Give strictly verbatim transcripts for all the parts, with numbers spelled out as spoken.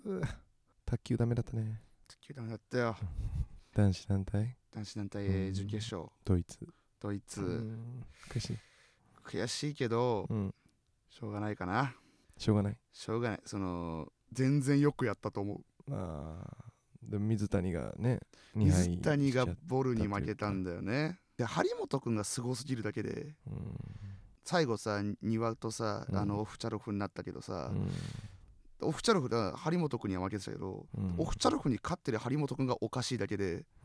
卓球ダメだったね。 卓球ダメだったよ。 男子団体男子団体、えー準決勝ドイツ。 ドイツ、 うん悔しい。 悔しいけど、 うん、 しょうがないかな。 しょうがない。 しょうがない。その全然よくやったと思う。 あでも水谷がねにはい水谷がボルに負けたんだよね。で張本君がすごすぎるだけで、 うん、 最後さ庭とさ、 うん、 あのオフチャロフになったけどさ、 うん、 オフチャロフだ張本君には負けてたけど、 うん、 オフチャロフに勝ってる張本君がおかしいだけで、 うん、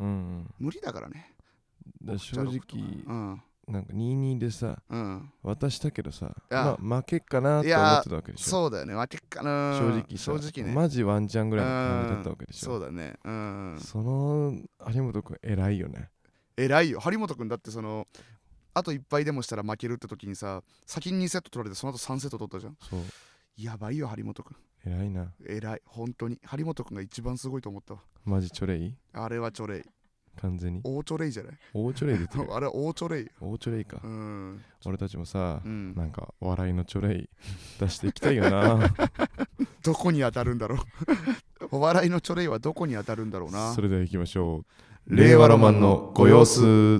無理だからね。 だ正直、 うん、 なんかにたいにでさ、 うん、 渡したけどさ、 あまあ負けっかなって思ってたわけでしょ。 そうだよね、負けっかな。 正直さ、 正直ね、 マジワンチャンぐらいの感じだったわけでしょ。 そうだね、うん、 その張本君偉いよね。 偉いよ張本君。だってそのあといっぱいでもしたら負けるって時にさ、先ににセット取られてその後さんセット取ったじゃん。 そうやばいよ張本君。 偉いな。 偉い、本当に張本君が一番すごいと思ったわ。 マジチョレイ。 あれはチョレイ、 完全に大チョレイじゃない。 大チョレイ出てるあれは大チョレイ。 大チョレイか、 うん、 俺たちもさ、 うん、 なんか笑いのチョレイ出していきたいよなどこに当たるんだろうお笑いのチョレイはどこに当たるんだろうな。 それでは行きましょう。令和ロマンのご様子。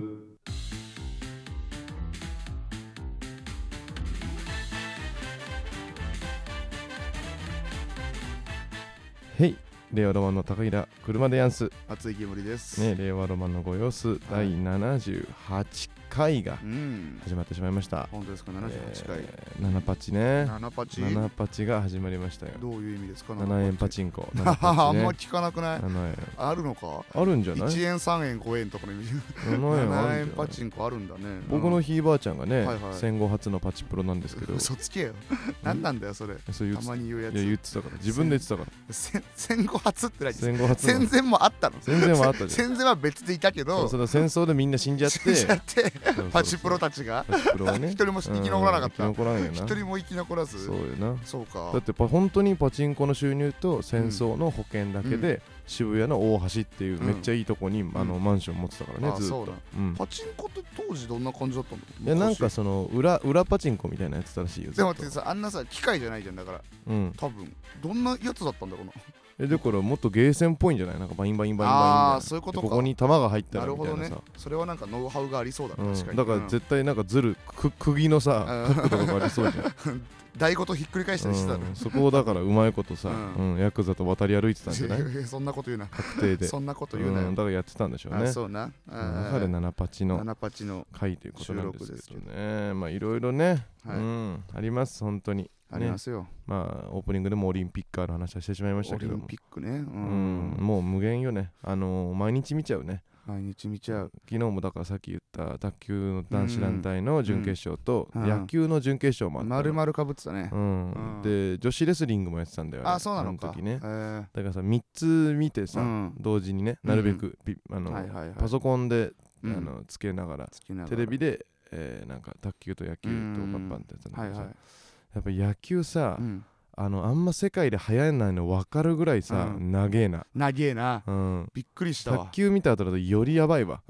へい、令和ロマンの高平車でやんす。 熱い煙ですね、令和ロマンのご様子、はい、だいななじゅうはちかいが始まってしまいました。 本当ですか。ななじゅうはちかい、 えー、ななパチね。 ななパチななパチが始まりましたよ。 どういう意味ですか。 ななえんパチンコ。 ななパチ、ね、あんま聞かなくない。 ななえんあるのか。 あるんじゃない。 いちえんさんえんごえんとかの意味。 ななえんななえんパチンコあるんだね。 僕のひいばあちゃんがね、 はいはい、 戦後初のパチプロなんですけど。 嘘つけよ何なんだよそれ。 そうたまに言うやつ。 いや言ってたから、自分で言ってたから。 戦後初って何。 戦後初。 戦前もあったの。 戦前もあったじゃん。 戦前は別でいたけど、 そうそう戦争でみんな死んじゃって死んじゃってパチプロたちがパチプロはね一人も生き残らなかった。 生き残らんよな。 一人も生き残らず。 そうよな。 そうか。 だって本当にパチンコの収入と戦争の保険だけで渋谷の大橋っていうめっちゃいいとこに、うん、あのマンション持ってたからね、ずっと。 うん、パチンコって当時どんな感じだったの。 いやなんかその 裏, 裏パチンコみたいなやつだらしいよ。 でもってさ、あんなさ機械じゃないじゃん。だから、うん、多分どんなやつだったんだろうな。 えだからもっとゲーセンっぽいんじゃない。なんかバインバインバインバイン。 ああそういうことか。 ここに弾が入ったらみたいなさ。 なるほどね。それはなんかノウハウがありそうだな、 うん、 確かに。 だから絶対なんかずるく釘のさ角度とかありそうじゃん台ごとひっくり返したりしてたの、 うん、そこをだからうまいことさ、うんうん、ヤクザと渡り歩いてたんじゃないそんなこと言うな。 確定でそんなこと言うなよ、 うん、だからやってたんでしょうね。 あそうな。 やはりななパチの回ということなんですけどね。まあいろいろね、はい、うん、あります本当に。 ありますよ、ね、 まあオープニングでもオリンピックの話はしてしまいましたけども、 オリンピックね、うんうん、もう無限よね。あのー、毎日見ちゃうね。 毎日見ちゃう。 昨日もだからさっき言った卓球の男子団体の準決勝と野球の準決勝もあった。 丸々かぶってたね、 うんうん、で女子レスリングもやってたんだよ。 あ、そうなのか。 あの時ね、 えー、 だからさみっつ見てさ、うん、同時にねなるべく、うん、あの、はいはいはい、パソコンで、うん、あのつけながらテレビで、えー、なんか卓球と野球とパッパンってやつなんだけどさ、はいはい、やっぱ野球さ、うん、あのあんま世界で流行んないの分かるぐらいさ、うん、長えな長えな、 うん、 びっくりしたわ。 卓球見た後だとよりやばいわ、 うん、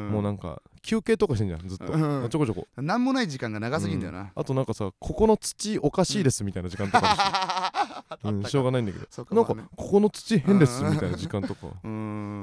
もうなんか休憩とかしてんじゃんずっと、うん、ちょこちょこなんもない時間が長すぎんだよな、うん、 あとなんかさここの土おかしいですみたいな時間とかあるし、うん、しょうがないんだけど、なんかここの土変ですみたいな時間とか、うん、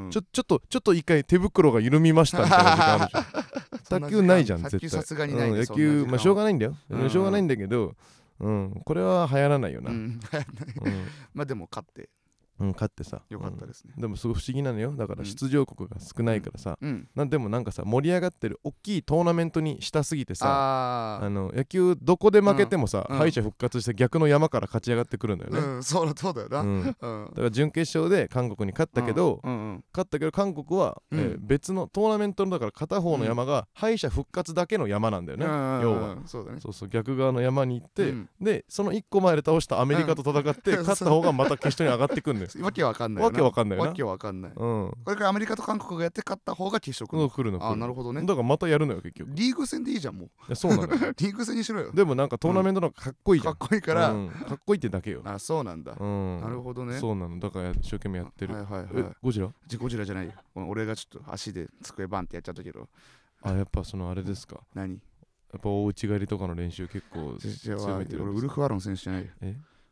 ちょちょっとちょっと一回手袋が緩みましたみたいな時間あるじゃん卓球ないじゃん絶対。 さすがにない、ね、 うん、野球まあしょうがないんだよ、うん、しょうがないんだけど、うん、これは流行らないよな、うん、 まあでも勝ってうん、勝ってさよかったですね、 うん、でもすごい不思議なのよ。だから出場国が少ないからさ、うん、なんでもなんかさ盛り上がってる大きいトーナメントにしたすぎてさ、ああの野球どこで負けてもさ、うん、敗者復活して逆の山から勝ち上がってくるんだよね、うん、 そうそうだよな、うんうん、だから準決勝で韓国に勝ったけど、うんうんうん、勝ったけど韓国は、うん、えー、別のトーナメントのだから片方の山が敗者復活だけの山なんだよね、うん、要は、そうだね、そうそう逆側の山に行って、うん、でそのいっこまえで倒したアメリカと戦って、うん、勝った方がまた決勝に上がってくるんだよわけわかんないわけわかんないよな。 わけわかんない、うん、これからアメリカと韓国がやって勝った方が決勝来るの。 来るの来るの。 あ、なるほどね。 だからまたやるのよ結局。 リーグ戦でいいじゃんもう。いやそうなのよリーグ戦にしろよ。 でもなんかトーナメントのかっこいいじゃん、 うん、かっこいいから、うん、 かっこいいってだけよ。 あ、そうなんだ、うん、なるほどね。 そうなの。だから一生懸命やってる。はいはいはい。えゴジラゴジラじゃないよ。俺がちょっと足で机バンってやっちゃったけど。 あ、やっぱそのあれですか。 何、 やっぱ大内刈りとかの練習結構強めてる。俺ウルフアロン選手じゃないよ。え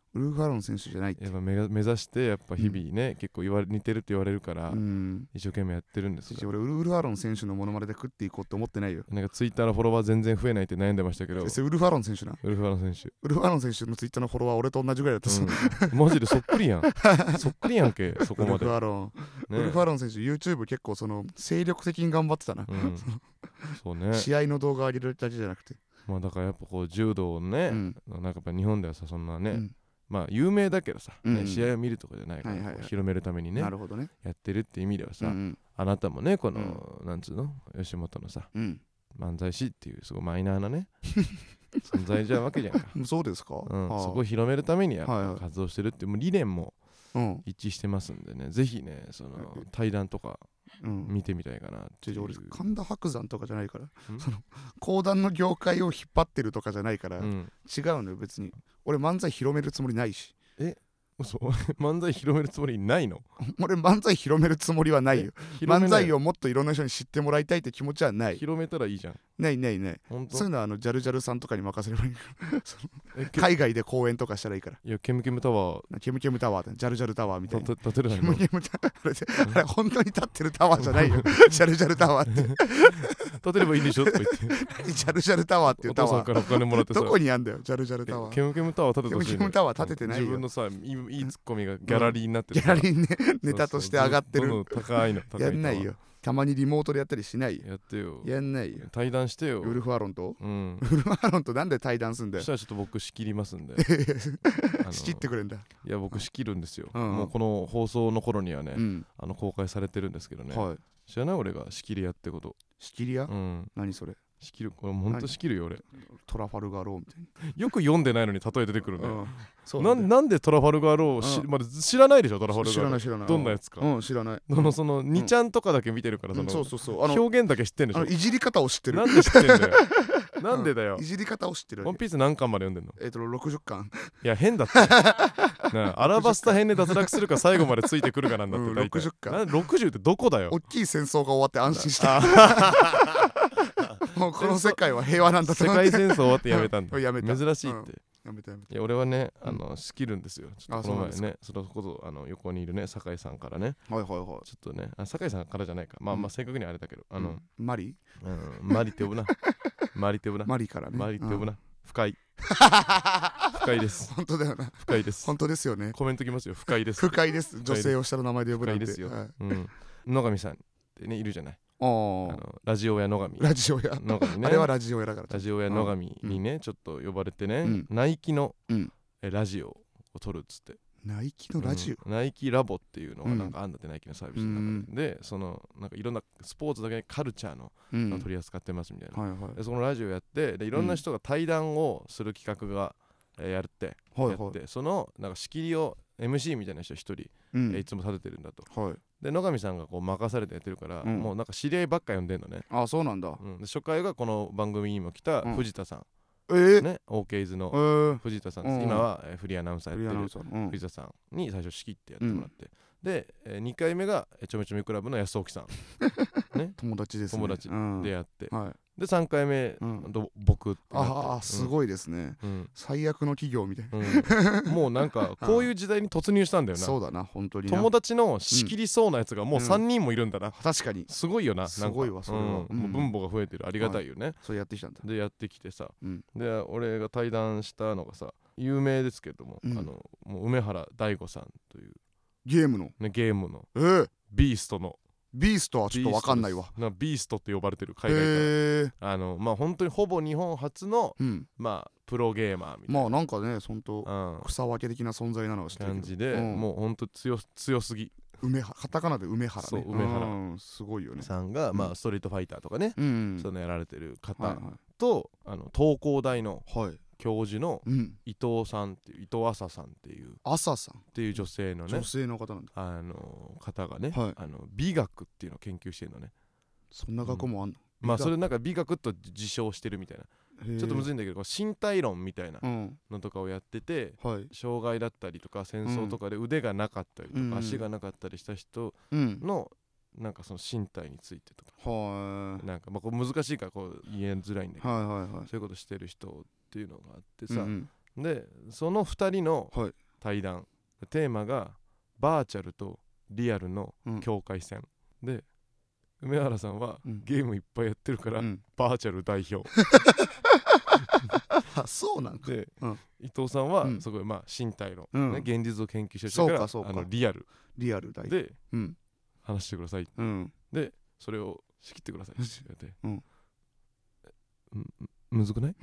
ウルフ・アロン選手じゃないって。 やっぱ目が目指してやっぱ日々ね、うん、結構言われ似てるって言われるから、うん、一生懸命やってるんですよ。 俺ウルフ・アロン選手のモノマネで食っていこうって思ってないよ。 なんかツイッターのフォロワー全然増えないって悩んでましたけど、 それウルフ・アロン選手な。 ウルフ・アロン選手ウルフ・アロン選手のツイッターのフォロワー俺と同じぐらいだったさ、 うん、マジでそっくりやんそっくりやんけそこまで。 ウルフ・アロン、ね、ウルフ・アロン選手 YouTube 結構その精力的に頑張ってたな、うん、 そうね、 試合の動画上げるだけじゃなくて、 まあだからやっぱこう柔道ね、うん、なんかやっぱ日本ではさそんなね、うん、まあ有名だけどさ、うんね、試合を見るとかじゃないから、はいはいはい、広めるためにね、 なるほどね、 やってるって意味ではさ、うんうん、あなたもねこの、うん、なんつうの吉本のさ、うん、漫才師っていうすごいマイナーなね存在じゃわけじゃんかそうですか、 うん、そこを広めるためにやっぱ活動してるっていう、もう理念も一致してますんでね、ぜひねその対談とか見てみたいかなっていう、 うん、俺神田伯山とかじゃないからその講談の業界を引っ張ってるとかじゃないから、うん、違うのよ別に。俺漫才広めるつもりないし。 えそう漫才広めるつもりないの俺漫才広めるつもりはないよ。漫才をもっといろんな人に知ってもらいたいって気持ちはない。 広めたらいいじゃん。 ないないない。そういうのはあのジャルジャルさんとかに任せればいい海外で公演とかしたらいいから。 いやケムケムタワーケムケムタワージャルジャルタワーみたいな立てるのケムケムタワーあれ本当に立ってるタワーじゃないよジャルジャルタワーって立てればいいんでしょとか言ってジャルジャルタワーっていうタワーお父さんからお金もらってさどこにあんだよジャルジャルタワー。 ケムケムタワー立ててほしい、ね、 ケムケムタワー立ててないよ。 自分のさいいツッコミがギャラリーになってる、うん、ギャラリー、ね、ネタとして上がってる。 そうそう高いの高いやんないよ。たまにリモートでやったりしない。 やってよ。 やんないよ。 対談してよ。 ウルフ・アロンと、 うん、 ウルフ・アロンとなんで対談すんだよ。 そしたらちょっと僕仕切りますんで仕切ってくれんだ。 いや僕仕切るんですよ、うん、もうこの放送の頃にはね、うん、あの公開されてるんですけどね、はい、知らない俺が仕切り屋ってこと。 仕切り屋、 うん、 何それ。 仕切る、これほんと仕切るよ俺。 トラファルガーローみたいな。 よく読んでないのに例え出てくるね、 うんそうな, なんでトラファルガーロー、うんまあ、知らないでしょトラファルガーロー。 知らない知らない。 どんなやつか、 うん、知らない。 そのそのにちゃんとかだけ見てるから、その、うん、そうそうそう、あの表現だけ知ってんでしょ。 あのいじり方を知ってる。 なんで知ってんだよなんでだよ、 うん、いじり方を知ってる。 ワンピース何巻まで読んでんの。 えっ、ー、とろくじゅっかん。 いや変だってなあアラバスタ編で脱落するか最後までついてくるかなんだって、うん、 ろくじゅっかん。 ろくじゅうってどこだよ。 大きい戦争が終わって安心したもうこの世界は平和なんだと思って。世界戦争終わってやめたんだやめた。 珍しいって、うん、 やめたやめた。 いや俺はねあの仕切るんですよ。ちょっとこの前ねそのことあの横にいるね酒井さんからね、 はいはいはい、 ちょっとねあ酒井さんからじゃないか、まあまあ正確にあれだけど、あの、 うん、マリ、 うん、マリって呼ぶなマリって呼ぶなマリからね、 マリって呼ぶな、深い深いです。 本当だよな。 深いです。 本当ですよね。 コメントきますよ。深いです。 深いです。女性を下の名前で呼ぶなんて。 深いですよ、はい、うん、野上さんってねいるじゃない。 あのラジオ屋野上。 ラジオ屋野上ね。 あれはラジオ屋だから。 ラジオ屋野上にね、うん、ちょっと呼ばれてね、うん、ナイキの、うん、えラジオを撮るっつって。 ナイキのラジオ、 うん、ナイキラボっていうのがなんかあんだって、ナイキのサービスの中で、うん、でそのなんかいろんなスポーツだけでカルチャーの、うん、取り扱ってますみたいな、はいはい、でそのラジオやってでいろんな人が対談をする企画が、えー、やって、うん、やって、はいはい、そのなんか仕切りを エムシー みたいな人一人、うんえー、いつも立ててるんだと、はい、で野上さんがこう任されてやってるから、うん、もうなんか知り合いばっか呼んでんのね。 あそうなんだ、 うん、で初回がこの番組にも来た藤田さん、 えーね、オーケーズの藤田さんです、えー、今は、えー、フリーアナウンサーやってる、うん、藤田さんに最初仕切ってやってもらって、うん、で、えー、にかいめがちょめちょめクラブの安沖さん、ね、 友達ですね。 友達でやって、 うんはい、 でさんかいめ、うん、僕ってなって、 ああすごいですね、うん、最悪の企業みたいな、うん、もうなんかこういう時代に突入したんだよな。 そうだな本当にな。 友達の仕切りそうなやつがもうさんにんもいるんだな、うん、 確かにすごいよな。 すごいわそれは、うんもう分母が増えてる、ありがたいよね、はい、 それやってきたんだ。 でやってきてさ、うん、で俺が対談したのがさ有名ですけども、うん、あのもう梅原大吾さんというゲームの、 ね、ゲームの、 えー、 ビーストのビーストはちょっと分かんないわ。 なビーストって呼ばれてる海外からあのまあ本当にほぼ日本初の、うん、まあプロゲーマーみたいな、 まあなんかね本当、うん、草分け的な存在なのは知ってる感じで、うん、もう本当強強すぎ。 梅カタカナで梅原ね。 そう梅原、 うん、すごいよね。 さんが、うん、まあストリートファイターとかね、うんうん、そういうのやられてる方、はいはい、とあの東工大の、はい教授の伊藤さんっていう、伊藤麻さんっていう麻さんっていう女性のね女性の方なんだ。 あの方がね、はい、あの美学っていうのを研究してるのね。 そんな学校もあんの、 うん、まあそれなんか美学と自称してるみたいな、ちょっとむずいんだけど身体論みたいなのとかをやってて、うん、障害だったりとか戦争とかで腕がなかったりとか、うん、足がなかったりした人の、うん、なんかその身体についてとか、はい、なんかまあこれ難しいからこう言えづらいんだけど、はいはいはい、そういうことしてる人っていうのがあってさ、うんうん、 でそのふたりの対談、はい、テーマがバーチャルとリアルの境界線、うん、で梅原さんはゲームいっぱいやってるから、うん、バーチャル代表あそうなんかで、 うん、 伊藤さんはすごいまあ身体の、ねうん、現実を研究してるからあのリアルリアル代表で、うん、話してください、うん、でそれを仕切ってくださいって言って、うんむずくない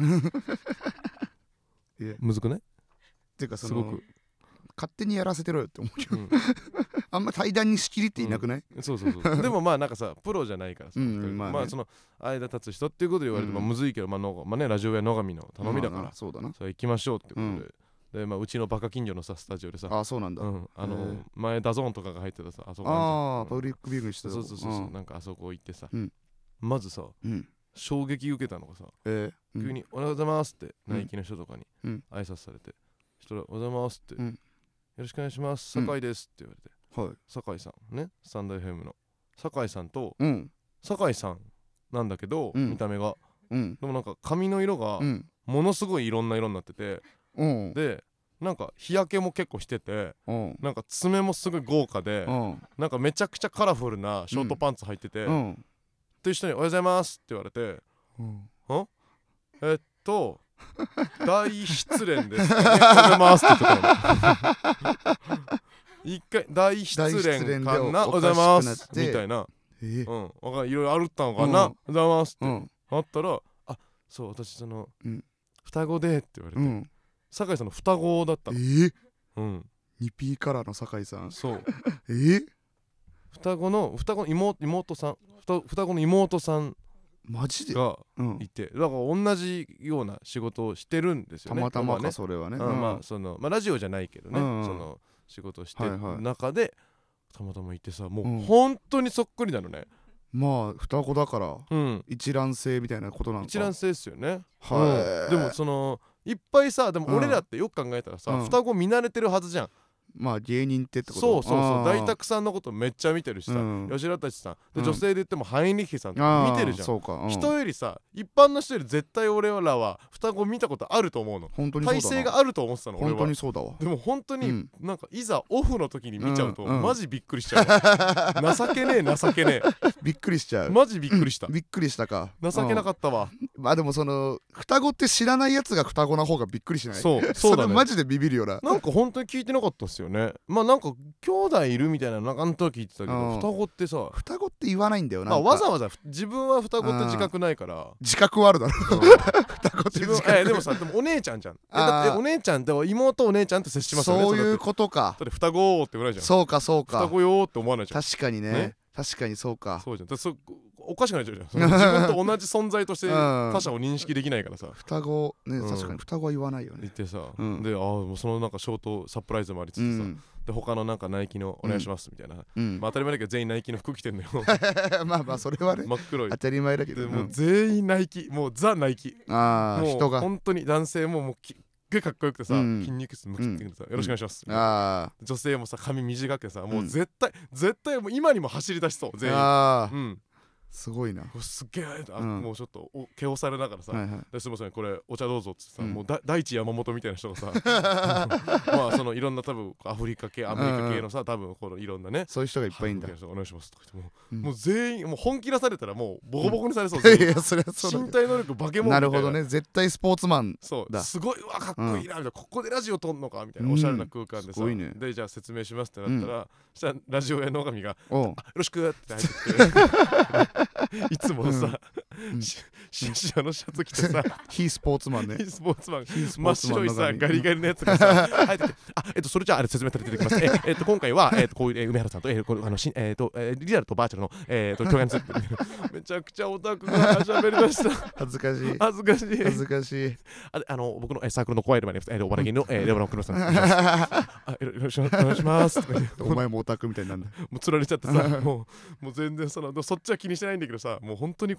むずくないっていうかそのすごく勝手にやらせてろよって思うけど、うん、あんま対談に仕切りっていなくない、 うん、そうそうそうでもまあなんかさプロじゃないからさ、うんまあね、まあその間立つ人っていうことで言われても、うん、むずいけど、まあのまあね、ラジオや野上の頼みだから、まあ、 そうだなそれ行きましょうってことで、うんでまあ、うちのバカ近所のさスタジオでさあそうなんだ、うん、 あの前ダゾーンとかが入ってたさあそこああパブリックビューイングしてたそうそうそうそう、うん、なんかあそこ行ってさ、うん、まずさ、うん、衝撃受けたのがさ、えー、急におはようございますってナイキの人とかに挨拶されて、人らおはようございますって、うん、よろしくお願いします酒井ですって言われて、はい、酒井さんねスタンド エフエム の酒井さんと、うん、酒井さんなんだけど、うん、見た目が、うん、でもなんか髪の色がものすごいいろんな色になってて、うん、でなんか日焼けも結構してて、うん、なんか爪もすごい豪華で、うん、なんかめちゃくちゃカラフルなショートパンツ履いてて、うん、っていう人におはようございますって言われて、うん、んえっと大失恋です、ね、おはようございますって言ってたの一回大失恋かなおはようございますみたいな、えー、うん、わかんいろいろあるったのかな、うん、おはようございますって、うん、あったらあそう私その、うん、双子でって言われて、うん、酒井さんの双子だったの。えー、 うん。にピー カラーの酒井さん。 そう。 えー、 双子の双子の 妹, 妹さん双子の妹さんマジでがいて、うん、だから同じような仕事をしてるんですよね。 たまたまか、ね、それはね。 うん、まあそのまあラジオじゃないけどね、うんうん、その仕事をしてる中で、はいはい、たまたまいてさ、もう本当にそっくりなのね。 うん、まあ双子だから、うん、一卵性みたいなことなのか。 一卵性ですよね。はい、うん。でもそのいっぱいさでも俺らってよく考えたらさ、うん、双子見慣れてるはずじゃん。 まあ芸人ってってこと。 そうそうそう大沢さんのことめっちゃ見てるしさ、うん、吉田たちさんで、うん、女性で言ってもハインリッヒさんとか見てるじゃん。そうか、うん、人よりさ一般の人より絶対俺らは双子見たことあると思うの。 本当にそうだな。 体勢があると思ってたの俺は。 本当にそうだわ。 でも本当に、うん、なんかいざオフの時に見ちゃうと、うん、マジびっくりしちゃう、うん、情けねえ情けねえびっくりしちゃう。 マジびっくりした、 うん、びっくりしたか。 情けなかったわ。 まあでもその双子って知らないやつが双子な方がびっくりしない。 そうそうだね。 それマジでビビるよな。 なんか本当に聞いてなかったっすよね。まあなんか兄弟いるみたいななんかあの時聞いてたけど、うん、双子ってさ双子って言わないんだよな。 まあわざわざ自分は双子って自覚ないから。 自覚はあるだろ、うん、双子って自覚、 えー、でもさでもお姉ちゃんじゃん。えだってお姉ちゃんって妹お姉ちゃんって接しますよね。 そういうことか。 だって双子って言わないじゃん。 そうかそうか。 双子よって思わないじゃん。 確かに ね, ね確かにそうか。 そうじゃん。だそおかしくなっちゃうじゃん。自分と同じ存在として他者を認識できないからさ。 双子ね、うん、確かに双子は言わないよね。 言ってさ、うん、であもうそのなんかショートサプライズもありつつさ、うん、で他のなんかナイキのお願いしますみたいな、うん、まあ当たり前だけど全員ナイキの服着てんのよ。 まあまあそれはね真っ黒い当たり前だけど、 でもう全員ナイキ、もうザナイキ。 ああ人が本当に男性ももうきすげえかっこよくてさ、うん、筋肉質ムキってさ、うん、よろしくお願いします、うん、あ女性もさ髪短くてさ、もう絶対、うん、絶対もう今にも走り出しそう全員。あ、うん、すごいな。 すっげえ、うん、もうちょっと毛をされながらさ、はいはい、すみませんこれお茶どうぞっつってさ、うん、もうだ大地山本みたいな人がさまあそのいろんな多分アフリカ系アメリカ系のさ、多分このいろんなねそういう人がいっぱいいんだ。 お願いしますとか言ってもう、うん、もう全員もう本気出されたらもうボコボコにされそう、うん、いやそれはそうだ身体能力化け物みたいな。 なるほどね、絶対スポーツマンだ。 そうすごいうわかっこいいなみたいな、うん、ここでラジオ撮んのかみたいなおしゃれな空間でさ、うん、ね、でじゃあ説明しますってなったら、うん、そしたらラジオ屋の女将がよろしくって入ってきていつものさ、うん、シャのシャツ着てさ非スポーツマンね。 非スポーツマン真っ白いさガリガリのやつがさ入ってきて、あえっとそれじゃああれ説明されていただきます。ええっと今回はえっとこういう、えー、梅原さんとえー、これあのしえっと、えー、リアルとバーチャルのえっと共演するめちゃくちゃオタクが喋りました。 恥ずかしい恥ずかしい恥ずかしい。 ああの僕のサークルの怖いでもあります。えー、お笑い芸人の、えー、レバノン黒さんあよろしくお願いします。 お前もオタクみたいなんだ。 もう釣られちゃってさもうもう全然そのそっちは気にしてないんだけどさ、もう本当にこのス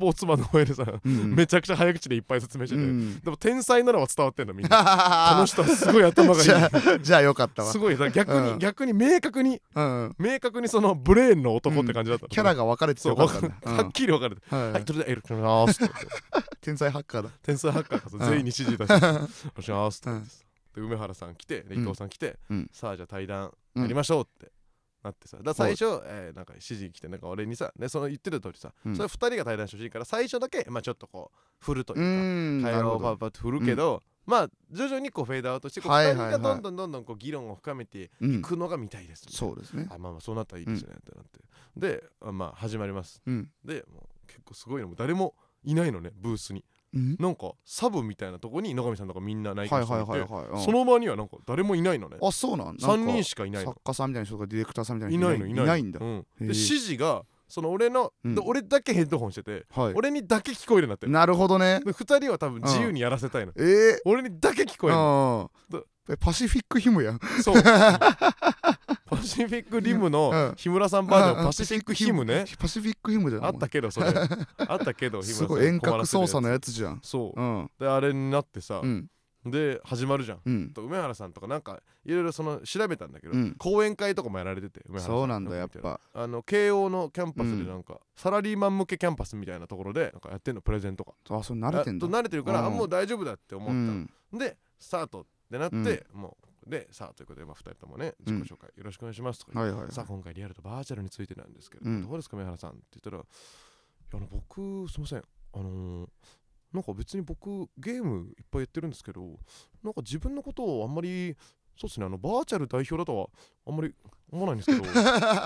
ポーツマンの上でさ、うんうん、めちゃくちゃ早口でいっぱい説明してて、うん、でも天才なのは伝わってんのみんなこの人はすごい頭がいいじゃあ、じゃあよかったわすごいだ逆に、うん、逆に明確に、うん、明確にそのブレーンの男って感じだった、うん、 キャラが分かれててよかったね、 はっきり分かれて、うん、はいそれでエルクロナースって天才ハッカーだ天才ハッカーが全員に指示出して「お願いします」ってで梅原さん来て伊藤さん来て、うん、さあじゃあ対談やりましょうってなってさ、だ最初、えー、なんか指示来てなんか俺にさ、ね、その言ってる通りさ、うん、それふたりが対談してほしいから最初だけ、まあ、ちょっとこう振るというか会話をパッパッと振るけど、うん、まあ徐々にこうフェードアウトして、こうふたりがどんどんどんどんこう議論を深めていくのが見たいです、 うん、そうですね。 あまあまあそうなったらいいですねってなって、でまあ始まります、うん、でもう結構すごいのも誰もいないのねブースに。なんかサブみたいなとこに野上さんとかみんな内見していて、その場にはなんか誰もいないのね。 あ、そうなん。 さんにんしかいないの。 作家さんみたいな人とかディレクターさんみたいな人いないのいないいないんだ。うん、 で指示がその俺の、うん、俺だけヘッドホンしてて、はい、俺にだけ聞こえるようになってる。 なるほどね。 でふたりは多分自由にやらせたいの。 うん、えー、 俺にだけ聞こえるの。 パシフィックヒムやん。 そうパシフィックリムの日村さんバージョン、パシフィックヒムね。 パシフィックヒムじゃん。 あったけどそれあったけど日村さんすごい遠隔操作のやつじゃん。 そう、うん、であれになってさ、うん、で始まるじゃん、うん、と梅原さんとかなんかいろいろその調べたんだけど、うん、講演会とかもやられてて、梅原さんそうなんだやっぱあの慶応のキャンパスでなんか、うん、サラリーマン向けキャンパスみたいなところでなんかやってんのプレゼンとか。 あ、それ慣れてんだ。 慣れてるから、うん、あもう大丈夫だって思ったの、うん、でスタートってなって、うん、もうでさあということで、まあ、ふたりともね自己紹介よろしくお願いしますとか、はいはいはい、さあ今回リアルとバーチャルについてなんですけど、うん、どうですか梅原さんって言ったら、いやあの僕すいませんあのー、なんか別に僕ゲームいっぱいやってるんですけど、なんか自分のことをあんまりそうですねあのバーチャル代表だとはあんまり思わないんですけど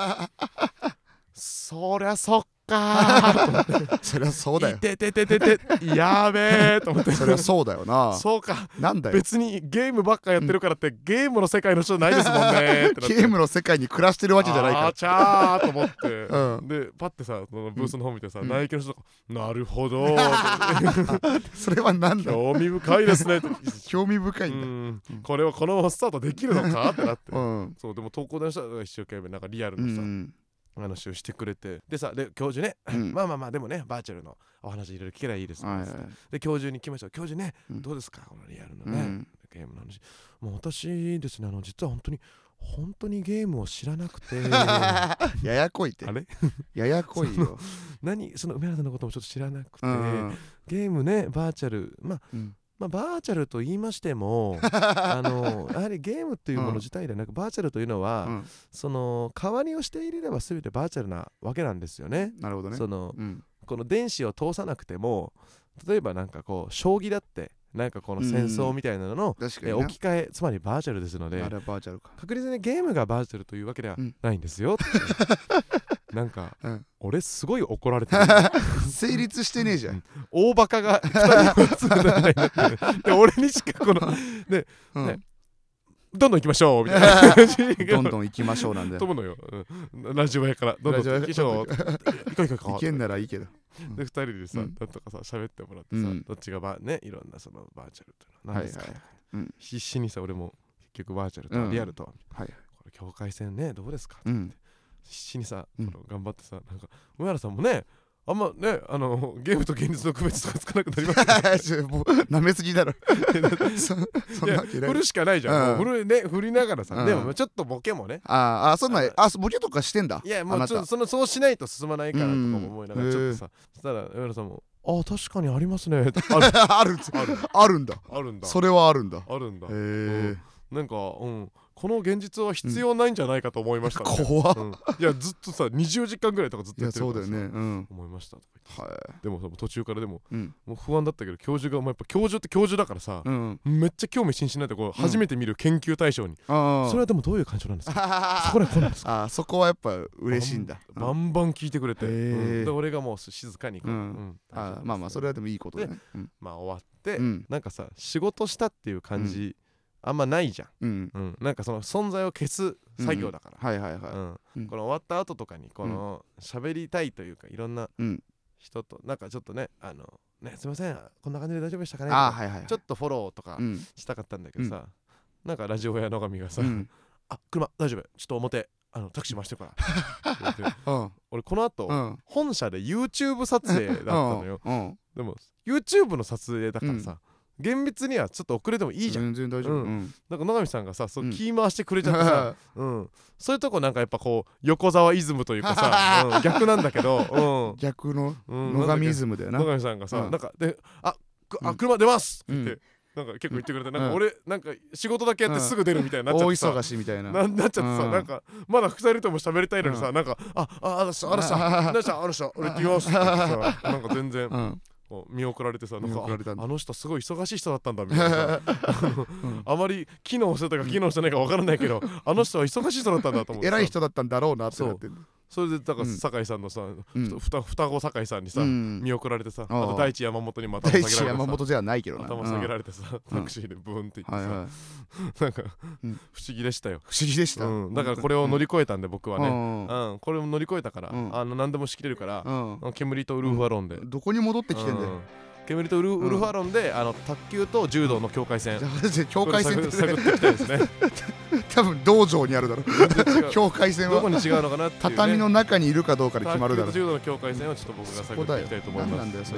そりゃそっかそりゃそうだよ。 いてててててやべえと思ってそりゃそうだよな。 そうかなんだよ別にゲームばっかやってるからって、うん、ゲームの世界の人じゃないですもんねってゲームの世界に暮らしてるわけじゃないから。 あーちゃーと思って、うん、でパッてさそのブースの方見てさ、うん、内見の人とかなるほどそれはなんだ興味深いですね興味深いんだ、 うん、これはこのままスタートできるのかってなって、うん、そうでも投稿の人が一生懸命なんかリアルのさ、うん話をしてくれて、でさで教授ね、うん、まあまあまあでもねバーチャルのお話いろいろ聞けばいいです、はいはい、で教授に来ました教授ね、うん、どうですかこのリアルのね、うん、ゲームの話。もう私ですねあの実は本当に本当にゲームを知らなくてややこいってあれややこいよ何その梅原さんのこともちょっと知らなくて、うん、ゲームねバーチャルまあ、うんまあ、バーチャルと言いましてもあのやはりゲームっていうもの自体ではなく、うん、バーチャルというのは、うん、その代わりをしていれば全てバーチャルなわけなんですよね。 なるほどね。 その、 うん、 この電子を通さなくても例えばなんかこう将棋だってなんかこの戦争みたいなのの、うんえ置き換えつまりバーチャルですので、 あれはバーチャルか確実にゲームがバーチャルというわけではないんですよ、うん、なんか、うん、俺すごい怒られてる成立してねえじゃん、うん、 大バカがふたりもつながないなってで俺にしかこので、うんねどんどん行きましょうみたいなどんどん行きましょうなんで飛ぶのよ、うん、ラジオやからどんどん行きましょう行こう行こう行こう行けんならいいけどでふたりでさ、うん、なんとかさ喋ってもらってさ、うん、どっちがばねいろんなそのバーチャルっていうのは何ですか、はいはいうん、必死にさ俺も結局バーチャルとリアルと、うんはい、これ境界線ねどうですかって、うん、必死にさ、うん、頑張ってさなんか梅原さんもねあんまねあのゲームと現実の区別とかつかなくなりましたもうなめすぎだろそそんな振るしかないじゃん、うん、もう振るね振りながらさ、うん、でもちょっとボケもねああそんなあボケとかしてんだ。 いやもうちょっとそのそうしないと進まないからとかも思いながらちょっとさそしたら梅原さんもあ確かにありますねあるあるあるんだあるんだそれはあるんだあるんだへえなんかうんこの現実は必要ないんじゃないかと思いましたね、 うん、怖っ、 うん、いやずっとさにじゅうじかんぐらいとかずっとやってるからさ、 いやそうだよね、うん、 思いましたとか言って、はい、 でも途中からでも、うん、もう不安だったけど教授が、まあ、やっぱ教授って教授だからさ、うんうん、めっちゃ興味津々になってこう、うん、初めて見る研究対象に、うん、それはでもどういう感情なんですかそこはこうなんですかあそこはやっぱ嬉しいんだバンバン聞いてくれて、うん、で俺がもう静かにこう、うんうん、あまあまあそれはでもいいことだね、 うん、まあ終わって、うん、なんかさ仕事したっていう感じ、うんあんまないじゃん、うんうん、なんかその存在を消す作業だから、 うん、はいはいはい、 うんうん、この終わった後とかにこの喋りたいというかいろんな人となんかちょっとねあのねすいませんこんな感じで大丈夫でしたかねあ、はいはいはい、 ちょっとフォローとかしたかったんだけどさ、うん、なんかラジオ屋野上がさ、うん、あ車大丈夫ちょっと表あのタクシー回してるからって言って、うん、俺この後、うん、本社で YouTube 撮影だったのよ、うん、でも YouTube の撮影だからさ、うん厳密にはちょっと遅れてもいいじゃん。 全然大丈夫。 うん、なんか野上さんがさ、そう気回してくれちゃってさ、うん、そういうとこなんかやっぱこう横沢イズムというかさ、うん、逆なんだけど、うん、 逆の野上イズムだよな。 野上さんがさ、なんかで、あ、あ車出ますって言って。なんか結構言ってくれて、なんか俺なんか仕事だけやってすぐ出るみたいになっちゃってさ、 大忙しみたいななっちゃってさ、なんかまだふたりとも喋りたいのにさ、なんかあああらしたあらしたあらしたあらした俺行きますってさ、なんか全然見送られてさ、なんかあの人すごい忙しい人だったんだみたいなあまり機能してたか機能してないか分からないけど、あの人は忙しい人だったんだと思って、 偉い人だったんだろうなってなってる。 それでだから酒井さんのさ、双子酒井さんにさ見送られてさ、あと大地山本にも頭下げられてさ、 大地山本じゃないけどな、 頭下げられてさ、タクシーでブーンって行ってさ、なんか不思議でしたよ。 不思議でした。 だからこれを乗り越えたんで僕はね、うんこれを乗り越えたからあの何でもしきれるから、煙とウルフアロンでどこに戻ってきてんだよ。 煙とウルフアロンであの卓球と柔道の境界線、 境界線って探っていきたいですね。 多分道場にあるだろう。境界線はどこに違うのかなっていうね、 畳の中にいるかどうかで決まるだろう。 卓球と柔道の境界線をちょっと僕が探っていきたいと思います。 なんだよそれ。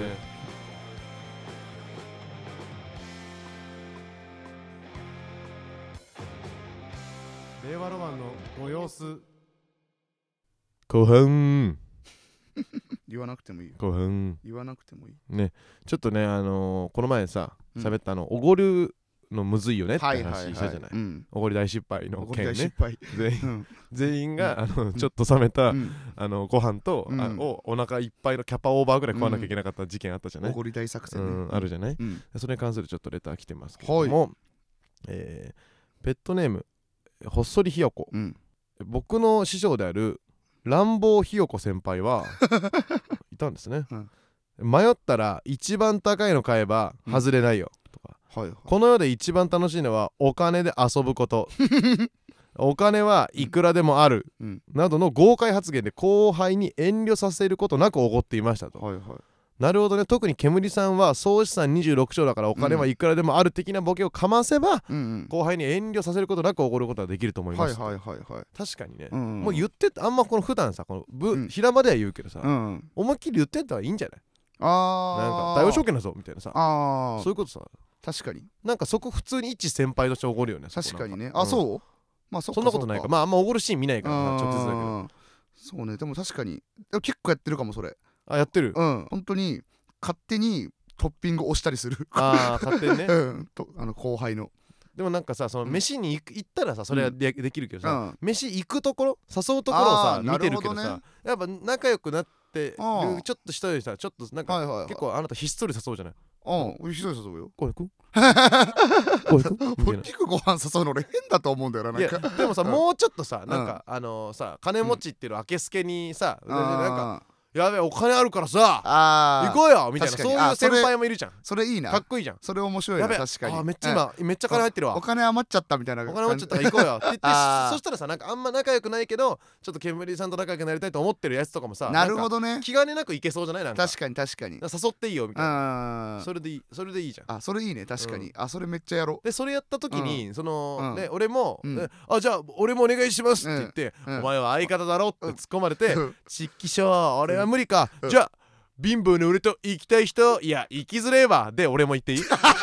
令和ロマンのご様子後半言わなくてもいいよ。 後半言わなくてもいいね。ちょっとね、あのー、この前さ喋ったあのおごるのむずいよねって話したじゃない。おごり大失敗の件ね。全員全員があのちょっと冷めたあのご飯とをお腹いっぱいのキャパオーバーぐらい食わなきゃいけなかった事件あったじゃない。 おごり大作戦あるじゃない。それに関するちょっとレター来てますけども、ペットネームほっそりひよこ。僕の師匠である乱暴ひよこ先輩はいたんですね、うん、迷ったら一番高いの買えば外れないよ、うん、とか、はいはい、この世で一番楽しいのはお金で遊ぶことお金はいくらでもある、うん、などの豪快発言で後輩に遠慮させることなくおごっていましたと、はいはい、なるほどね。特に煙さんは総資産にじゅうろくちょうだからお金はいくらでもある的なボケをかませば、うんうん、後輩に遠慮させることなくおごることができると思います。はいはいはいはい、確かにね、うんうん、もう言ってあんまこの普段さこのぶ、うん、平場では言うけどさ、うん、思いっきり言ってったらいいんじゃない。あなんか大王証券だぞみたいなさ、あそういうことさ。 確かになんかそこ普通に一先輩としておごるよね。 確かにね。あ、うん、そうまあそっかそんなことないか。まああんまおごるシーン見ないから直接だけど。 そうね。でも確かにでも結構やってるかもそれ。 あやってる。 うん本当に勝手にトッピング押したりする。 ああ勝手にね、 うん、とあの後輩の。 でもなんかさその飯に行ったらさそれは で,、できるけどさ、うん、飯行くところ誘うところをさ見てるけどさ、ね、やっぱ仲良くなってるちょっとしたよりさちょっとなんか、はいはいはい、結構あなたひっそり誘うじゃない。 ああひっそり誘うよ。 これ行くこれ行く大きくご飯誘うの俺変だと思うんだよな。なんかいやでもさもうちょっとさなんか、うん、あのー、さ金持ちっていうのあけすけにさ、うん、なんかやべえお金あるからさ行こうよみたいなそういう先輩もいるじゃん。 それいいな。 かっこいいじゃん。 それ面白いな。確かに。 あめっちゃ今、うん、めっちゃ金入ってるわ。 お金余っちゃったみたいな。お金余っちゃった行こうよって言ってそしたらさなんかあんま仲良くないけどちょっと煙さんと仲良くなりたいと思ってるやつとかもさなるほどね気兼ねなく行けそうじゃない。なんか確かに確かに誘っていいよみたいな。それでいいそれでいいじゃん。 あそれいいね確かに、うん、あそれめっちゃやろう。 でそれやった時に、うん、その、うん、ね俺も、うん、あじゃあ俺もお願いしますって言って、うん、お前は相方だろって突っ込まれて、うん、ちっきしょー俺は無理か、うん、じゃあ貧乏に俺と行きたい人いや行きづれえわで俺も行っていい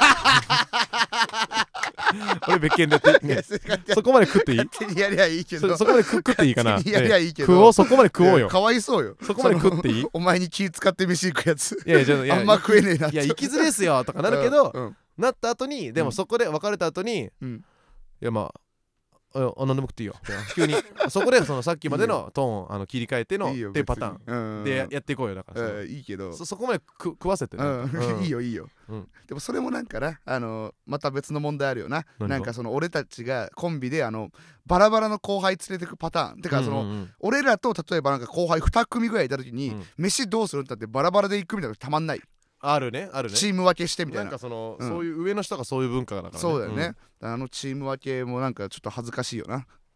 俺別件でやって、ね、そこまで食っていいやりゃいいけど そ, そこまで食っていいかなやりゃいいけど、 ね、食おうそこまで食おうよ。 かわいそうよそこまで食っていいお前に気使って飯行くやついやいやいやあんま食えねえなっていや行きづれえっすよとかなるけど、うんうん、なった後にでもそこで別れた後に、うん、いやまああ何でも食っていいよ急にそこでそのさっきまでのトーンあの切り替えてのっていうパターンでやっていこうよ。だから、 うん、いいけど そ, そこまで食わせてね、 うん、いいよいいよ、うん、でもそれもなんかなあのまた別の問題あるよな。なんかその俺たちがコンビであのバラバラの後輩連れてくパターンてかその、うんうんうん、俺らと例えばなんか後輩に組ぐらいいた時に、うん、飯どうするんだってバラバラで行くみたいなのたまんない。 あるねあるねチーム分けしてみたいな。 なんかその、うん、そういう上の人がそういう文化だからね。 そうだよね、うん、あのチーム分けもなんかちょっと恥ずかしいよな。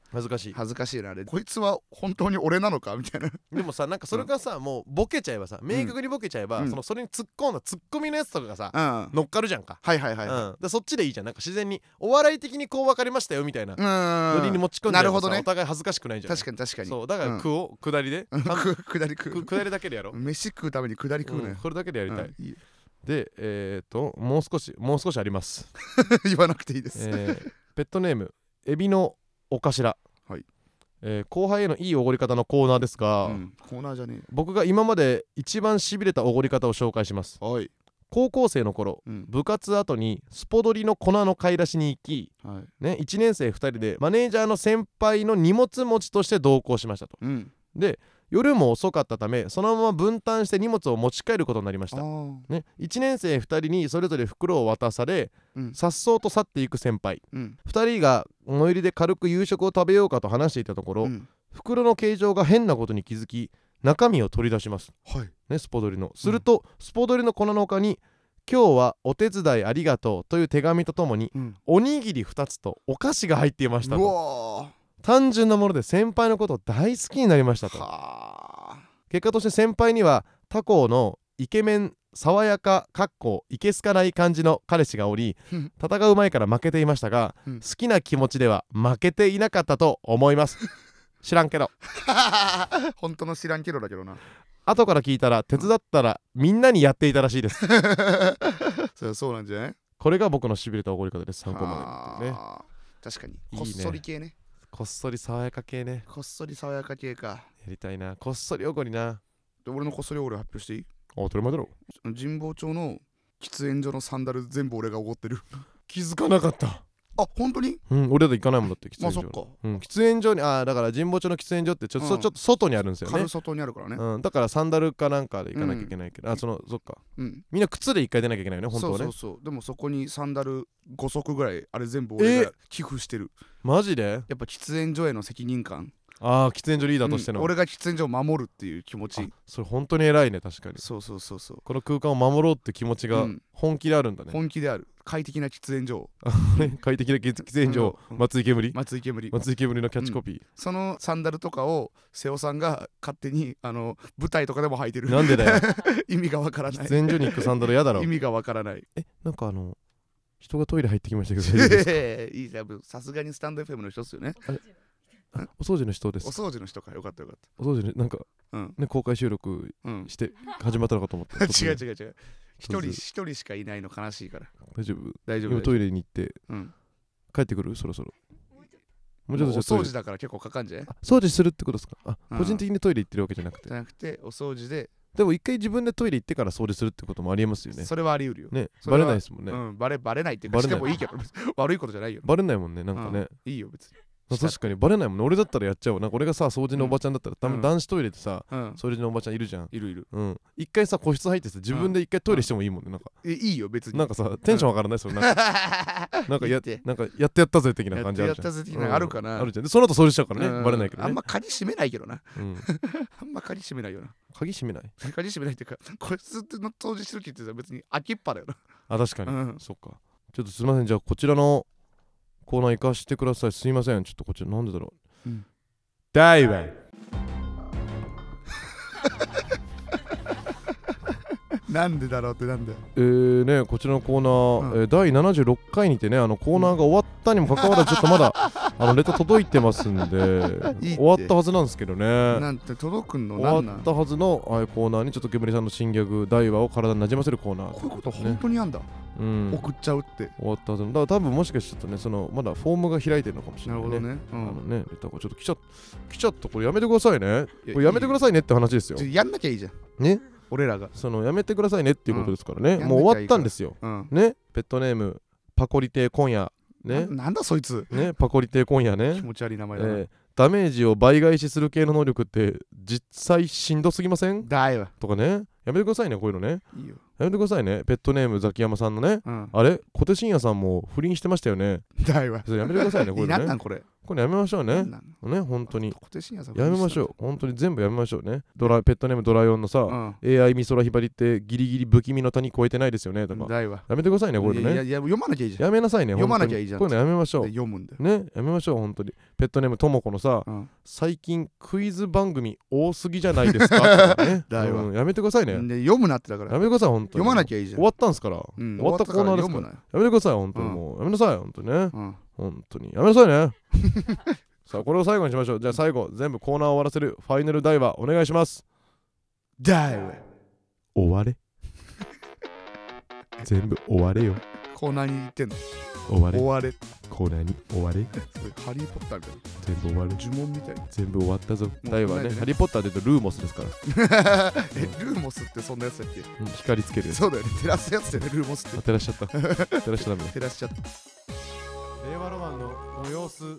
恥ずかしい恥ずかしいなあれ。こいつは本当に俺なのかみたいな。 でもさ、なんかそれがさ、うん、もうボケちゃえばさ、明確にボケちゃえば、うん、そのそれに突っ込んだツッコミのやつとかがさ、うん、乗っかるじゃんか。 はいはいはい、はい、 うん、でそっちでいいじゃん。なんか自然にお笑い的にこう分かりましたよみたいなノリに持ち込んで、なるほどね、お互い恥ずかしくないじゃん。 確かに確かに。 そうだから句を下りで下り句下りだけでやろう。 飯食うために下り食うね、 うん、これだけでやりたい、うん、いい。でえー、っともう少しもう少しあります言わなくていいです、 えー、ペットネームエビのお頭、はい、えー、後輩へのいいおごり方のコーナーですが、うん、 コーナーじゃねえ。 僕が今まで一番しびれたおごり方を紹介します。 はい。 高校生の頃、うん、部活後にスポドリの粉の買い出しに行き、はい、ね、いちねん生ふたりでマネージャーの先輩の荷物持ちとして同行しましたと、うん、で夜も遅かったためそのまま分担して荷物を持ち帰ることになりました、ね、いちねん生ふたりにそれぞれ袋を渡されさっそうと去っていく先輩、うん、ふたりが最寄りで軽く夕食を食べようかと話していたところ、うん、袋の形状が変なことに気づき中身を取り出します、はいね、スポドリのすると、うん、スポドリの粉の他に今日はお手伝いありがとうという手紙とともに、うん、おにぎりふたつとお菓子が入っていましたと。単純なもので先輩のことを大好きになりましたと。結果として先輩には他校のイケメン爽やかかっこいけすかない感じの彼氏がおり戦う前から負けていましたが、うん、好きな気持ちでは負けていなかったと思います知らんけど本当の知らんけどだけどな。 後から聞いたら手伝ったらみんなにやっていたらしいですそ, そうなんじゃない。 これが僕のしびれたおごり方です。参考までね。 確かにこっそり系ね。 こっそり爽やか系ね。 こっそり爽やか系か。やりたいな。こっそりおごりな。 で俺のこっそりおごり発表していい？ あ、当たり前だろ。 神保町の喫煙所のサンダル全部俺がおごってる気づかなかった。 あ、本当に？ うん、俺だと行かないもんだって喫煙所。 まあそっか。 うん、喫煙所に、あ、だから神保町の喫煙所ってちょっと、うん、ちょっと外にあるんですよね。 軽外にあるからね。 うん、だからサンダルかなんかで行かなきゃいけないけど、うん、あ、そのそっか。うん。みんな靴で一回出なきゃいけないよね、本当はね。 そうそうそう。でもそこにサンダルご足ぐらいあれ全部俺が寄付してる。 マジで？ やっぱ喫煙所への責任感。 ああ、喫煙所リーダーとしての、 うん、俺が喫煙所を守るっていう気持ち。 それ本当に偉いね。確かに。 そうそうそうそう。 この空間を守ろうって気持ちが本気であるんだね。 うん、本気である。快適な喫煙所快適な喫煙所、うん、松井煙松井煙松井煙のキャッチコピー、うん、 そのサンダルとかを瀬尾さんが勝手にあの舞台とかでも履いてる。 なんでだよ意味がわからない。 喫煙所に行くサンダルやだろ。 意味がわからない。 え、なんかあの人がトイレ入ってきましたけどいいじゃん。さすがにスタンド エフエム の人っすよね。 お掃除の人です。 お掃除の人か。よかったよかった。 お掃除ね、なんか、うん、ね、公開収録して始まったのかと思って、うん、 違う違う違う。一人一人しかいないの悲しいから。 大丈夫大丈夫。 今トイレに行って、うん、帰ってくるそろそろ。 もうちょっとお掃除だから結構かかんじゃん。 掃除するってことですか？あ、うん、個人的にトイレ行ってるわけじゃなくて。 じゃなくてお掃除で。 でも一回自分でトイレ行ってから掃除するってこともありえますよね。 それはあり得るよ。 ね、バレないですもんね。 うん、バレバレないっていうかしてもいいけど悪いことじゃないよ。 バレないもんね、なんかね。 うん、いいよ別に。 確かにバレないもんね。俺だったらやっちゃう。なんか俺がさ、掃除のおばちゃんだったら、多分男子トイレでさ、うん、掃除のおばちゃんいるじゃん。 いるいる。 うん。一回さ、個室入ってさ、自分で一回トイレしてもいいもんね。なんか。 え、いいよ別に。 なんかさ、テンション上がらないそれなんか。なんかやなんかやってやったぜ的な感じあるじゃん。 やってやったぜ的なあるかな。 あるじゃん。で、その後掃除しちゃうからね。バレないけどね。 あんま鍵閉めないけどな。あんま鍵閉めないよな。 鍵閉めない？ 鍵閉めないっていうか、個室の掃除してる時ってさ、別に開きっぱだよな。 あ、確かに。そっか。ちょっとすみません。じゃあこちらのコーナー行かしてください。すいません。ちょっとこちらなんでだろう。うん、ダイワイなんでだろうってなんだよ。 えーね、こちらのコーナー、うん、えー、だいななじゅうろっかいにてね、あのコーナーが終わったにもかかわらずちょっとまだあのレター届いてますんでいい終わったはずなんですけどね。 なんて届くの終わったはずのあコーナーにちょっと煙さんの新ギャグ大話を体になじませるコーナー、ね、 こういうこと本当にあんだ、うん、送っちゃうって終わったはずの。だから多分もしかしたらね、そのまだフォームが開いてるのかもしれないね。 なるほどね、うん、 あのねレターがちょっと来ちゃ来ちゃったこれやめてくださいね。これやめてくださいねって話ですよ。 やんなきゃいいじゃんね。俺らがそのやめてくださいねっていうことですからね、うん、もう終わったんですよ、うん、ね。ペットネームパコリ亭今夜ね。 な, なんだそいつね。パコリ亭今夜ね。 気持ち悪い名前だな、えー、 ダメージを倍返しする系の能力って実際しんどすぎません？ だよとかね。 やめてくださいねこういうのね。 いいよ。 やめてくださいね。ペットネームザキヤマさんのね、うん、あれ小手伸也さんも不倫してましたよね。 だいわ。 それやめてくださいねこれね。 なんなんこれ。 これやめましょうね。ね本当に。やめましょう。本当に全部やめましょうね。ドラペットネームドライオンのさ、うん、エーアイ 美空ひばりってギリギリ不気味の谷超えてないですよねとか。 だいわ。 やめてくださいねこれね。 いやいや読まなきゃいいじゃん。 やめなさいね。 読まなきゃいいじゃん。 こういうのやめましょう。 読むんだよ。 ねやめましょう本当に。ペットネームともこのさ、うん、最近クイズ番組多すぎじゃないですか。ね、だいわ、うん。やめてくださいね。 で読むなってだから。 やめてください本当に。 読まなきゃいいじゃん。 終わったんすから。 うん、 終わったコーナーですから。やめてください本当にもう。やめなさい本当にね。うん、本当にやめなさいね。さあこれを最後にしましょう。じゃあ最後全部コーナーを終わらせるファイナルダイバーお願いします。 ダイバー終われ。全部終われよ。 コーナーに行ってんの。 終われ。 終われ。 コーナーに終われ。 ハリーポッターみたいな。 全部終わる。 呪文みたいな。 全部終わったぞ。ダイバーね。ハリーポッターで言うとルーモスですから。 え、ルーモスってそんなやつだっけ？ 光つける。 そうだよね。照らすやつだよねルーモスって。 照らしちゃった。照らしちゃダメ。 照らしちゃった。 令和ロマンのご様子。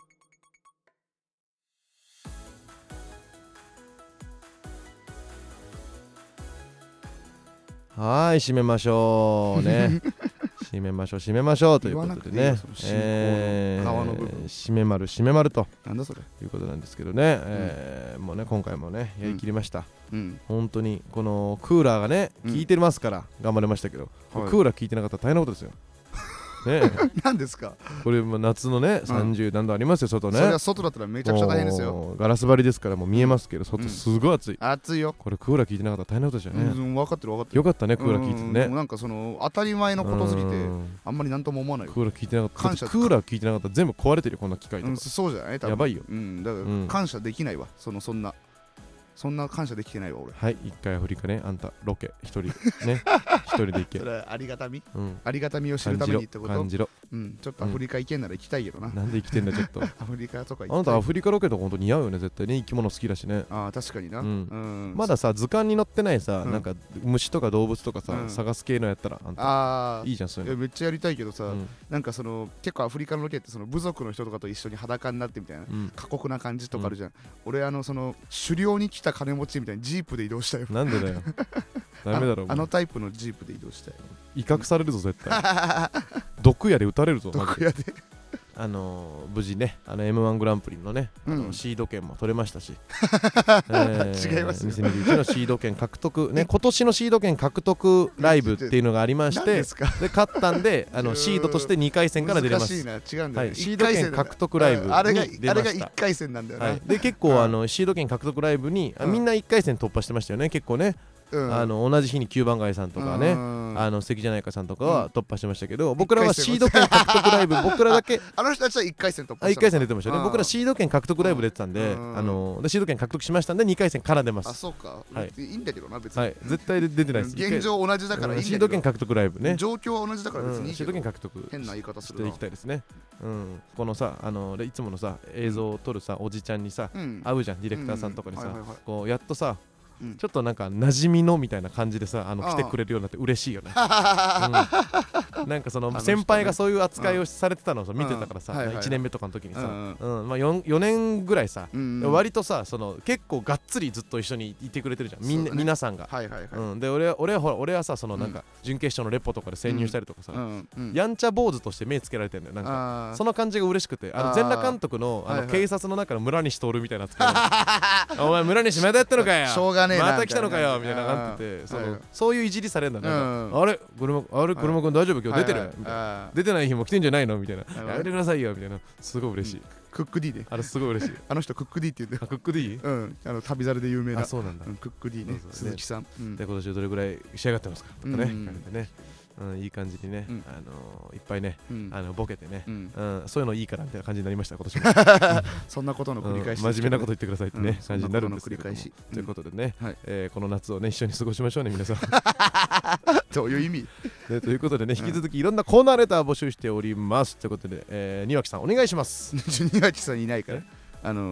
はい、締めましょうね。締めましょう、締めましょうということでね。えー、締め丸、締め丸と。 なんだそれ。 いうことなんですけどね。えー、もうね、今回もね、やりきりました。うん、本当に、このクーラーがね、効いてますから、頑張れましたけど、クーラー効いてなかったら大変なことですよ。ね、 何ですかこれも夏のねさんじゅう何度ありますよ外ね。 それは外だったらめちゃくちゃ大変ですよ。 ガラス張りですからもう見えますけど外すごい暑い。 暑いよ。 これクーラー効いてなかったら大変なことですよね。 分かってる分かってる。 よかったねクーラー効いてね。 なんかその当たり前のことすぎてあんまりなんとも思わない。 クーラー効いてなかった。感謝。クーラー効いてなかったら全部壊れてるよこんな機械とか。 そうじゃない。 やばいよ。 うんだから感謝できないわ。そのそんな。そんな感謝できてないわ俺。 はい一回アフリカねあんたロケ一人ね一人で行け。 それありがたみ、うん、ありがたみを知るためにってこと。 感じろ。 うんちょっとアフリカ行けんなら行きたいけどな。 なんで生きてんだちょっと。 アフリカとか行きたい。 あなたアフリカロケとか本当似合うよね絶対ね生き物好きだしね。 ああ確かにな。 まださ図鑑に載ってないさなんか虫とか動物とかさ探す系のやったらあんたいいじゃんそういうの。 めっちゃやりたいけどさなんかその結構アフリカのロケってその部族の人とかと一緒に裸になってみたいな過酷な感じとかあるじゃん。俺あのその狩猟に来た金持ちみたいにジープで移動したよ。 なんでだよ。ダメだろ。 あのタイプのジープで移動したよ。 威嚇されるぞ絶対。毒矢で撃たれるぞ。 毒矢で。 あのー、無事ねあの エムワン グランプリのね、うん、あのシード権も取れましたし、 えー、違いますよ。 にせんにじゅういちのシード権獲得ね今年のシード権獲得ライブっていうのがありましてで勝ったんであのシードとしてにかい戦から出れます。 難しいな違うんだよ、 はい、シード権獲得ライブに出ました。 あれがいっかい戦なんだよね、はい、 で結構あのシード権獲得ライブに、うん、みんないっかい戦突破してましたよね結構ね。うん、あの同じ日にきゅうばん街さんとかね、うん、あの素敵じゃないかさんとかは突破してましたけど、うん、僕らはシード権獲得ライブ僕らだけあの人たちはいっかい戦突破したの。 いっかい戦出てましたね。僕らシード権獲得ライブ出てたんで、うん、あのでシード権獲得しましたんでにかい戦から出ます。 あそうか、はい、いいんだけどな別に、 はい、絶対出てないです。 現状同じだからいいんだけど、 シード権獲得ライブね状況は同じだから別にいいけど、うん、 シード権獲得変な言い方するしていきたいですね。うん、このさあのいつものさ映像を撮るさおじちゃんにさ、うん、会うじゃんディレクターさんとかにさこうやっとさうん、ちょっとなんか馴染みのみたいな感じでさあの来てくれるようになって嬉しいよね。うん、なんかその先輩がそういう扱いをされてたのを見てたからさ、はいはいはい、いちねんめとかの時にさ、うんうんまあ、4, よねんぐらいさ、うんうん、割とさその結構がっつりずっと一緒にいてくれてるじゃんみんな、ね、皆さんが。はいはいはいうん、で 俺, 俺, はほら俺はさそのなんか準決勝のレポとかで潜入したりとかさ、うんうん、やんちゃ坊主として目つけられてるんだよ。なんかその感じが嬉しくてあの全裸監督 の, あの、はいはい、警察の中の村西徹みたいな扱いお前村西またやったのかよしょうがねえなまた来たのかよみたいななっててそのそういういじりされるんだね。あれ車あれ車くん大丈夫今日出てるみたいな出てない日も来てんじゃないのみたいなやめてくださいよみたいなすごい嬉しい。 クック D であれすごい嬉しい。 あの人クック D って言うてクック D？ うんあの旅猿で有名な。 あそうなんだクック D ね鈴木さんで今年どれぐらい仕上がってますかとかねねうん、いい感じにね、うん、あのー、いっぱいね、うん、あのボケてね、うんうん、そういうのいいからみたいな感じになりました今年も。 そんなことの繰り返し、 うん、真面目なこと言ってくださいってね、うん、感じになるんですけども、 繰り返し、 ということでね、はいえー、この夏をね一緒に過ごしましょうね皆さん。 どういう意味でということでね引き続きいろんなコーナーレター募集しておりますということで、えー、庭木さんお願いします。 庭木さんいないからあの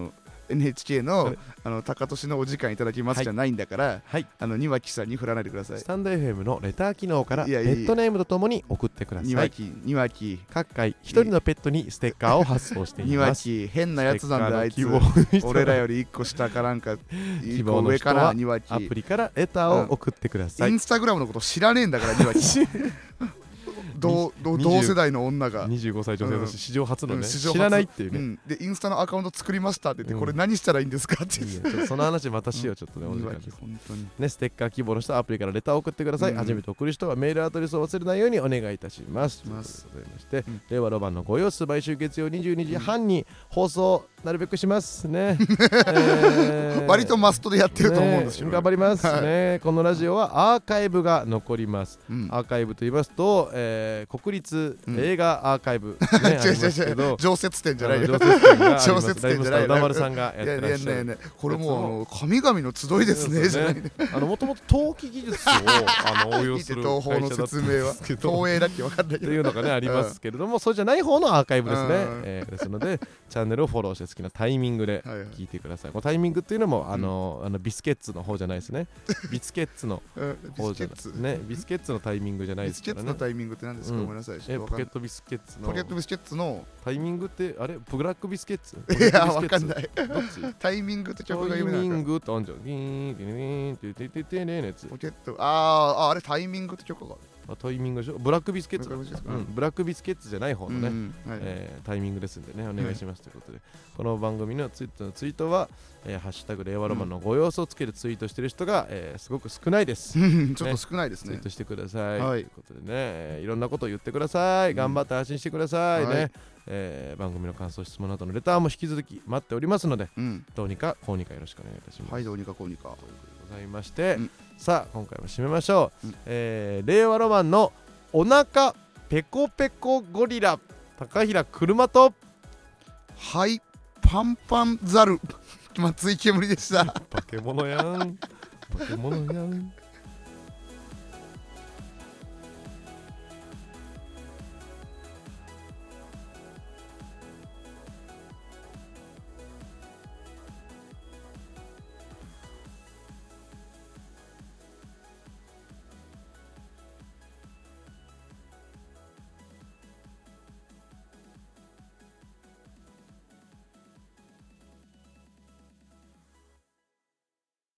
エヌエイチケー のあの高俊のお時間いただきますじゃないんだから、 はい、 あの庭木さんに振らないでください。 スタンド エフエム のレター機能からペットネームとともに送ってください。 庭木庭木各回一人のペットにステッカーを発送しています。 庭木変なやつなんだあいつ。俺らよりいっこ下かなんかいっこ上かな。庭木アプリからレターを送ってください。 インスタグラムのこと知らねえんだから庭木同, 同世代の女がにじゅうごさい女性として史上初のね、うん、知らないっていうね、うん、 でインスタのアカウント作りましたって言って、うん、これ何したらいいんですかって言って、 いいその話またしようちょっとね、お時間ですね。ステッカー希望の人はアプリからレターを送ってください、うん、初めて送る人はメールアドレスを忘れないようにお願いいたしますということでございまして、うん、令和ロマンのご様子毎週月曜にじゅうにじはんに放送なるべくしますね、 えー、割とマストでやってると思うんですよ、 ね、頑張りますね、はい、このラジオはアーカイブが残ります、うん、アーカイブと言いますと、えー、国立映画アーカイブ、ね、 うん、違う違う違う常設展じゃないよ、 常設展じゃないよ、歌丸さんがやってらっしゃる。 これもう神々の集いですねじゃないね。 もともと陶器技術をあの応用する東宝の説明は東映だっけ分かんないけどというのがねありますけれども、そうじゃない方のアーカイブですね、えー、ですのでチャンネルをフォローして好きなタイミングで聞いてください。このタイミングっていうのもあの、うん、あのビスケッツの方じゃないですね。ビスケッツの方じゃないね。ビスケッツのタイミングじゃないですからね。 ビスケッツのタイミングって何ですか、うん、ごめんなさい。 えポケットビスケッツのポケットビスケッツのタイミングってあれブラックビスケッツ？ いやわかんない。タイミングって曲が読めない。 タイミングってあんじゃん。ギーンギーンっててててねのやつ。 ポケットあああれタイミングって曲がある。 あタイミングでしょ。ブラックビスケッツ、うん、ブラックビスケッツじゃない方のね、うんはいえー、タイミングですんでねお願いしますということで、この番組のツイートのツイートは、えー、ハッシュタグ令和ロマンのご様子をつけるツイートしてる人が、えー、すごく少ないです。 ちょっと少ないですね。 ツイートしてください、はい、ということでね、えー、いろんなことを言ってください。頑張って発信してくださいね。はいえー、番組の感想質問などのレターも引き続き待っておりますので、うん、どうにかこうにかよろしくお願いいたします。 はいどうにかこうにかということでございまして、うん、さあ今回も締めましょう、うんえー、令和ロマンのお腹ペコペコゴリラ高平車とはいパンパンザル松井けむりでした。 化け物やん化け物やん